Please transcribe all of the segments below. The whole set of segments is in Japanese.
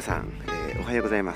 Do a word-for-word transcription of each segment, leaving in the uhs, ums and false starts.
皆さん、えー、おはようございます、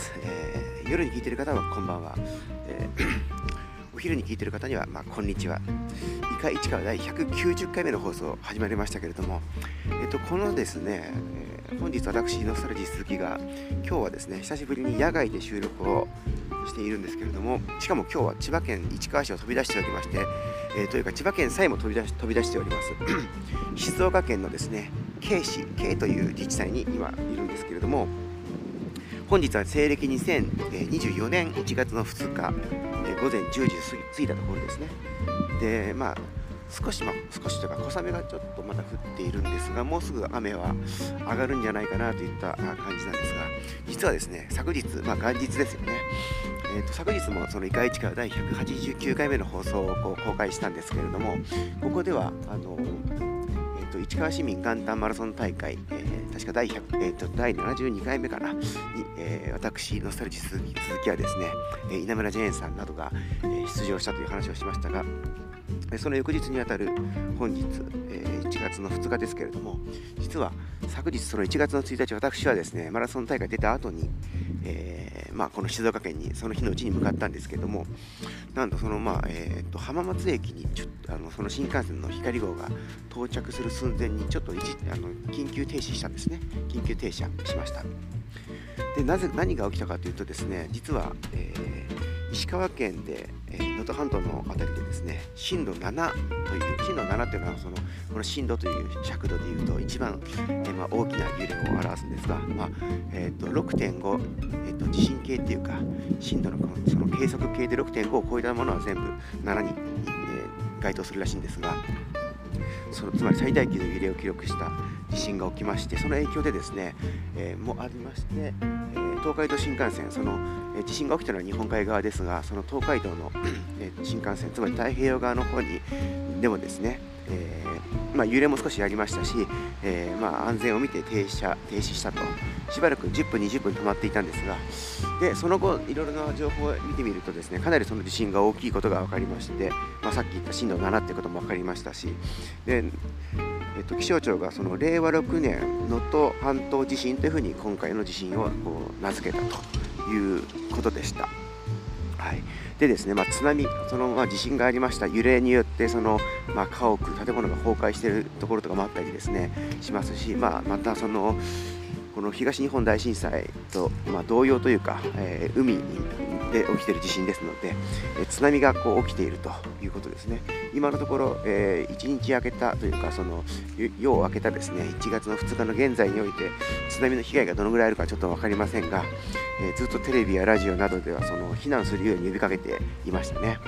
えー、夜に聞いている方はこんばんは、えー、お昼に聞いている方には、まあ、こんにちは。イカ市川第ひゃくきゅうじゅっかいめの放送始まりましたけれども、えー、とこのですね、えー、本日私ノスタルジー鈴木が今日はですね久しぶりに野外で収録をしているんですけれども、しかも今日は千葉県市川市を飛び出しておりまして、えー、というか千葉県さえも飛び出し飛び出しております静岡県のですね京市京という自治体に今いるんですけれども、本日は西暦にせんにじゅうよねんいちがつのふつか、えー、午前じゅうじ過ぎ過ぎたところですね。でまあ少し、まあ、少しというか小雨がちょっとまだ降っているんですが、もうすぐ雨は上がるんじゃないかなといった感じなんですが、実はですね昨日、まあ、元日ですよね、えー、と昨日もそのイカ市川第ひゃくはちじゅうきゅうかいめの放送をこう公開したんですけれども、ここではあの、えー、と市川市民元旦マラソン大会、えー、確か第ひゃく、えー、と第ななじゅうにかいめかなに、えー、私ノスタルジー鈴木鈴木はですね、えー、稲村ジェーンさんなどが、えー、出場したという話をしましたが、その翌日にあたる本日、えー、いちがつのふつかですけれども、実は昨日そのいちがつのついたち、私はですねマラソン大会出た後に、えーまあ、この静岡県にその日のうちに向かったんですけれども、なんとその、まあえー、と浜松駅にちょあのその新幹線の光号が到着する寸前にちょっと一あの緊急停止したんですね。緊急停車しました。でなぜ何が起きたかというとですね、実は、えー石川県で能登、えー、半島のあたりでですね震度ななという震度ななというのはそのこの震度という尺度でいうと一番、えーまあ、大きな揺れを表すんですが、まあえー、と ろくてんご、えー、と地震計っていうか震度のその計測計で ろくてんご を超えたものは全部ななに、えー、該当するらしいんですが、そのつまり最大級の揺れを記録した地震が起きまして、その影響でですね、えー、もありまして、えー、東海道新幹線、その、えー、地震が起きたのは日本海側ですが、その東海道の、えー、新幹線、つまり太平洋側の方にでもですね、えーまあ、揺れも少しありましたし、えーまあ、安全を見て停車停止したと、しばらくじゅっぷんにじゅっぷん止まっていたんですが、でその後いろいろな情報を見てみるとですね、かなりその地震が大きいことが分かりまして、まあ、さっき言った震度ななということも分かりましたし、でえっと、気象庁がそのれいわろくねん能登半島地震というふうに今回の地震をこう名付けたということでした。はい、でですね、まあ、津波、そのまあ地震がありました、揺れによってその、まあ、家屋、建物が崩壊しているところとかもあったりですねしますし、まあ、またそのこの東日本大震災と、まあ、同様というか、えー、海で起きている地震ですので、えー、津波がこう起きているということですね。今のところ、えー、いちにち明けたというか、その夜を明けたですねいちがつのふつかの現在において津波の被害がどのぐらいあるかちょっと分かりませんが、えー、ずっとテレビやラジオなどではその避難するように呼びかけていましたね。はい、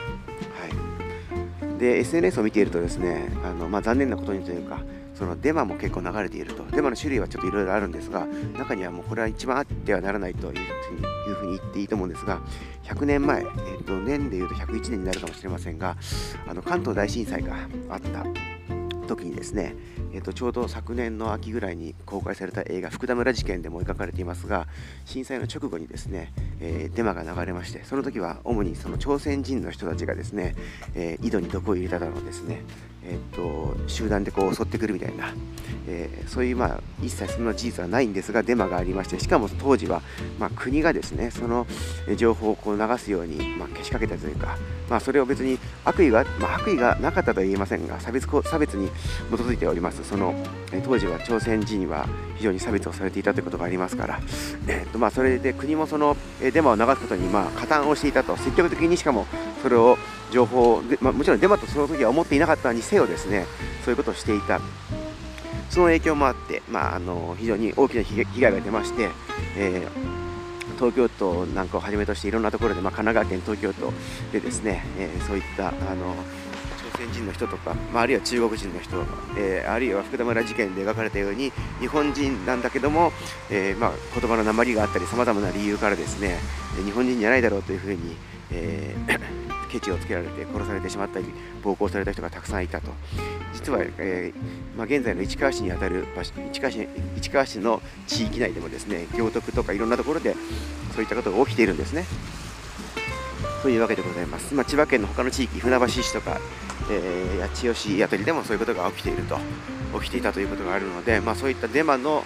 で エスエヌエス を見ているとですね、あの、まあ、残念なことにというか、そのデマも結構流れていると。デマの種類はちょっといろいろあるんですが、中にはもうこれは一番あってはならないというふうに言っていいと思うんですが、ひゃくねんまえ、えー、と年でいうとひゃくいちねんになるかもしれませんが、あの関東大震災があった時にですね、えー、とちょうど昨年の秋ぐらいに公開された映画福田村事件でも描かれていますが、震災の直後にですね、えー、デマが流れまして、その時は主にその朝鮮人の人たちがですね、えー、井戸に毒を入れただろうですね、えー、と集団でこう襲ってくるみたいな、えー、そういう、まあ、一切そんな事実はないんですがデマがありまして、しかも当時は、まあ、国がですねその情報をこう流すように、まあ、けしかけたというか、まあ、それを別に悪意が、まあ、悪意がなかったとは言えませんが、差別差別に基づいております。その、えー、当時は朝鮮人は非常に差別をされていたということがありますから、えーとまあ、それで国もその、えー、デマを流すことに、まあ、加担をしていたと、積極的にしかもそれを情報で、まあ、もちろんデマとその時は思っていなかったにせよですね、そういうことをしていた。その影響もあって、まあ、あの非常に大きな被害が出まして、えー、東京都なんかをはじめとしていろんなところで、まあ、神奈川県、東京都でですね、えー、そういったあの朝鮮人の人とか、まあ、あるいは中国人の人、えー、あるいは福田村事件で描かれたように日本人なんだけども、えーまあ、言葉の訛りがあったりさまざまな理由からですね、日本人じゃないだろうというふうに、えーケチをつけられて殺されてしまったり暴行された人がたくさんいたと。実は、えーまあ、現在の市川市にあたる場所、市川市、市川市の地域内でもですね、行徳とかいろんなところでそういったことが起きているんですね。というわけでございます。まあ、千葉県の他の地域、船橋市とか、えー、八千代市あたりでもそういうことが起きていると起きていたということがあるので、まあ、そういったデマの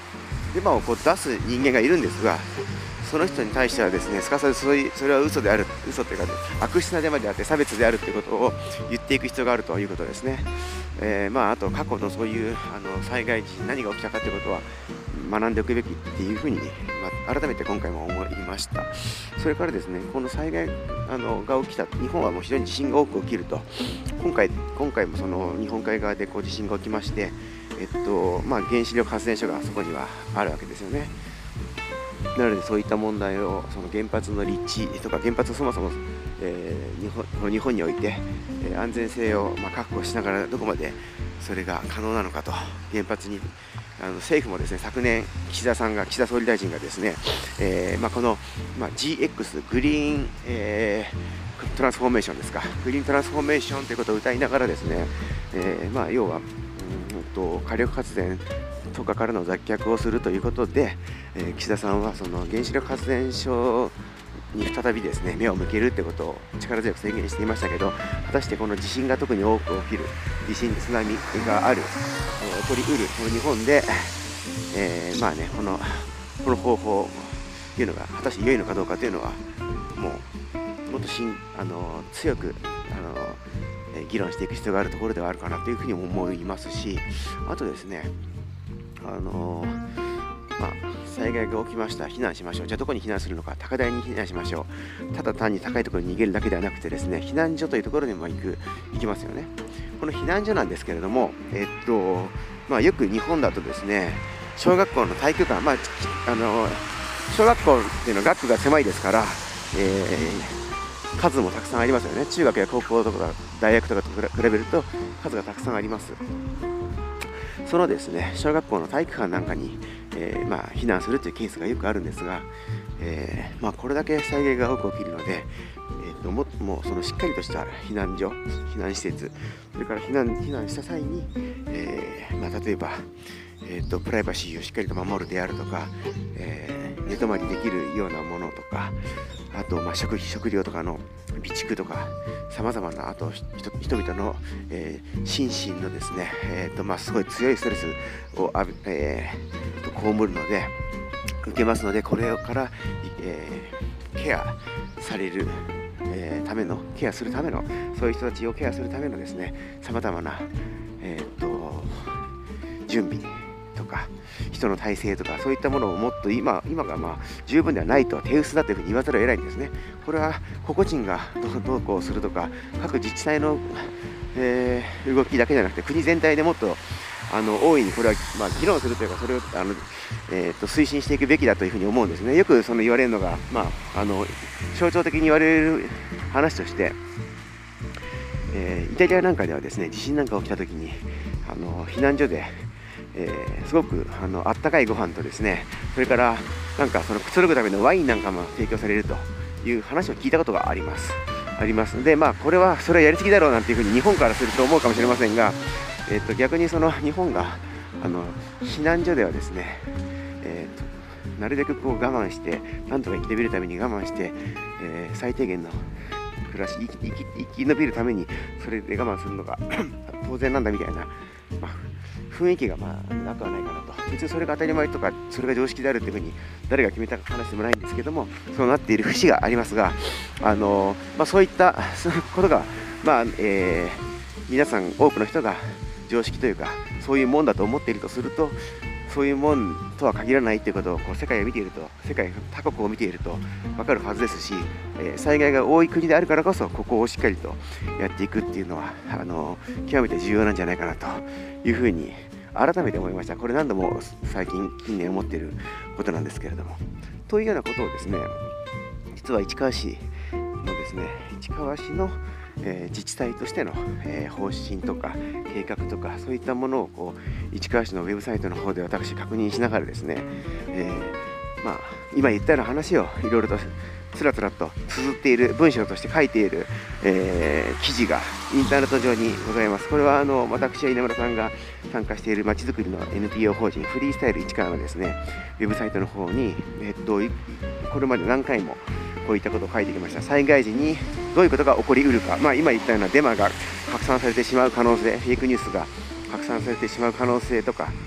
デマをこう出す人間がいるんですが、その人に対してはですね、すかさずそういうそれは嘘である、嘘というか、ね、悪質なデマであって差別であるということを言っていく必要があるということですね。えーまあ、あと過去のそういうあの災害時何が起きたかということは学んでおくべきっていうふうに、まあ、改めて今回も思いました。それからですね、この災害あのが起きた、日本はもう非常に地震が多く起きると、今回今回もその日本海側でこう地震が起きまして、えっとまあ、原子力発電所がそこにはあるわけですよね。なのでそういった問題をその原発の立地とか原発をそもそも、えー、日本日本において、えー、安全性をまあ確保しながらどこまでそれが可能なのかと、原発にあの政府もですね、昨年岸田さんが岸田総理大臣がですね、えーまあ、この、まあ、ジーエックス グリーン、えー、トランスフォーメーションですか、グリーントランスフォーメーションということを謳いながらですね、えーまあ、要はうんと火力発電とかからの脱却をするということで、えー、岸田さんはその原子力発電所に再びですね目を向けるということを力強く宣言していましたけど、果たしてこの地震が特に多く起きる、地震、津波がある、えー、起こりうるこの日本で、えー、まあねこのこの方法というのが果たして良いのかどうかというのはもうもっとしんあの強くあのえー、議論していく必要があるところではあるかなというふうに思いますし、あとですね、あのーまあ、災害が起きました、避難しましょう、じゃあどこに避難するのか、高台に避難しましょう、ただ単に高いところに逃げるだけではなくてですね、避難所というところにも行く行きますよね。この避難所なんですけれども、えっとまあ、よく日本だとですね、小学校の体育館、まああのー、小学校っていうのは学区が狭いですから、えー数もたくさんありますよね。中学や高校とか大学とかと比べると数がたくさんあります。そのですね小学校の体育館なんかに、えーまあ、避難するというケースがよくあるんですが、えーまあ、これだけ災害が多く起きるので、えー、とももうそのしっかりとした避難所、避難施設、それから避難避難した際に、えーまあ、例えば、えー、とプライバシーをしっかりと守るであるとか、えー、寝泊まりできるようなものとか、あと、まあ、食費、食料とかの備蓄とか、さまざまな、あと人々の、えー、心身のですね、えーとまあ、すごい強いストレスを浴び、えー、被るので、受けますので、これから、えー、ケアされる、えー、ための、ケアするための、そういう人たちをケアするためのですね、さまざまな、えーと、準備とか、人の体制とかそういったものをもっと今、今がまあ十分ではないと、手薄だというふうに言わざるを得ないんですね。これは個々人がどうこうするとか、各自治体の、えー、動きだけじゃなくて、国全体でもっとあの大いにこれはまあ議論するというか、それをあの、えー、と推進していくべきだというふうに思うんですね。よくその言われるのが、まあ、あの象徴的に言われる話として、えー、イタリアなんかではですね、地震なんか起きたときにあの避難所でえー、すごくあのあったかいご飯とですね、それからなんかそのくつろぐためのワインなんかも提供されるという話を聞いたことがありますありますで、まあこれはそれはやりすぎだろうなんていうふうに日本からすると思うかもしれませんが、えー、と逆にその日本があの避難所ではですね、えー、となるべくこう我慢してなんとか生き延びるために我慢して、えー、最低限の暮らし生き、生き、生き延びるためにそれで我慢するのが当然なんだみたいな、まあ雰囲気がまあなくはないかなと。別にそれが当たり前とかそれが常識であるというふうに誰が決めた話でもないんですけども、そうなっている節がありますが、あのまあ、そういったことが、まあえー、皆さん多くの人が常識というかそういうもんだと思っているとすると、そういうもんとは限らないということをこう世界を見ていると、世界他国を見ていると分かるはずですし、えー、災害が多い国であるからこそここをしっかりとやっていくっていうのはあの極めて重要なんじゃないかなというふうに改めて思いました。これ何度も最近近年思っていることなんですけれども、というようなことをですね、実は市川市のですね市川市の、えー、自治体としての、えー、方針とか計画とかそういったものをこう市川市のウェブサイトの方で私確認しながらですね、えーまあ、今言ったような話をいろいろとつらつらと綴っている文章として書いている、えー、記事がインターネット上にございます。これはあの私や稲村さんが参加しているまちづくりの エヌピーオー 法人フリースタイル市川のですねウェブサイトの方に、えっと、これまで何回もこういったことを書いてきました。災害時にどういうことが起こりうるか、まあ、今言ったようなデマが拡散されてしまう可能性、フェイクニュースが拡散されてしまう可能性とか、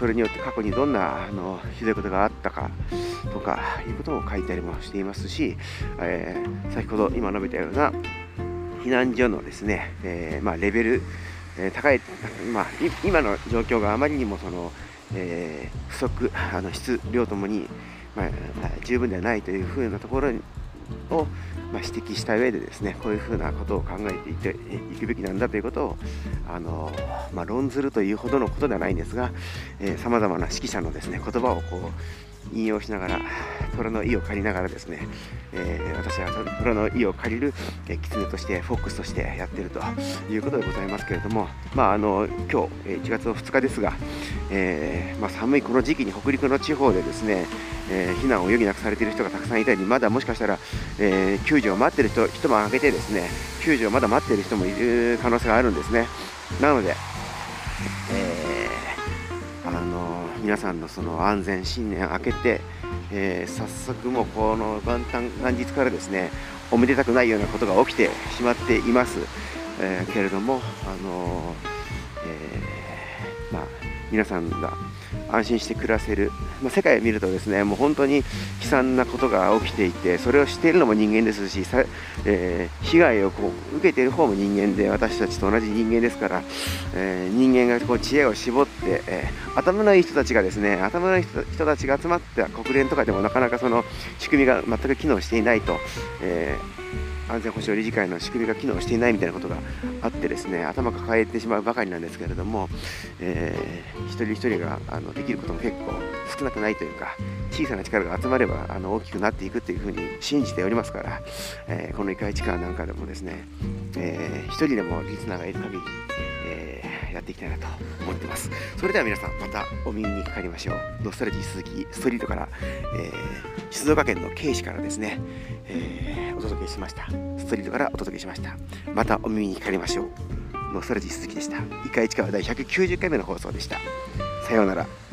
それによって過去にどんなあのひどいことがあったかとかいうことを書いたりもしていますし、えー、先ほど今述べたような避難所のですね、えーまあ、レベル、えー、高い、まあ、今の状況があまりにもその、えー、不足、あの質量ともに、まあ、十分ではないというふうなところを、まあ、指摘した上でですね、こういうふうなことを考えていっていくべきなんだということをあの、まあ、論ずるというほどのことではないんですが、さまざまな指揮者のですね言葉をこう引用しながら、虎の意を借りながらですね、えー、私は虎の意を借りる、えー、狐としてフォックスとしてやっているということでございますけれども、まあ、あの今日いちがつのふつかですが、えーまあ、寒いこの時期に北陸の地方でですね、えー、避難を余儀なくされている人がたくさんいたり、まだもしかしたら、えー、救助を待っている人一晩明けてですね、救助をまだ待っている人もいる可能性があるんですね。なので、えー、あの皆さんのその安全新年明けて、えー、早速もうこの元旦元日からですね、おめでたくないようなことが起きてしまっています、えー、けれども、あのえー、まあ皆さんが安心して暮らせる、まあ、世界を見るとですね、もう本当に悲惨なことが起きていて、それをしているのも人間ですし、さえー、被害をこう受けている方も人間で、私たちと同じ人間ですから、えー、人間がこう知恵を絞って、えー、頭のいい人たちがですね、頭のいい人たちが集まった国連とかでもなかなかその仕組みが全く機能していないと、えー安全保障理事会の仕組みが機能していないみたいなことがあってですね、頭抱えてしまうばかりなんですけれども、えー、一人一人があのできることも結構少なくないというか、小さな力が集まればあの大きくなっていくというふうに信じておりますから、えー、このいかいちかんなんかでもですね、えー、一人でもリスナーがいる限り、えー、やっていきたいなと思っています。それでは皆さん、またお耳にかかりましょう。ノスタルジー鈴木ストリートから、えー、静岡県の警視からですね、えー、お届けしました。ストリートからお届けしました。またお耳にかかりましょう。ノスタルジー鈴木でした。いかいちかはだいひゃくきゅうじゅっかいめの放送でした。さようなら。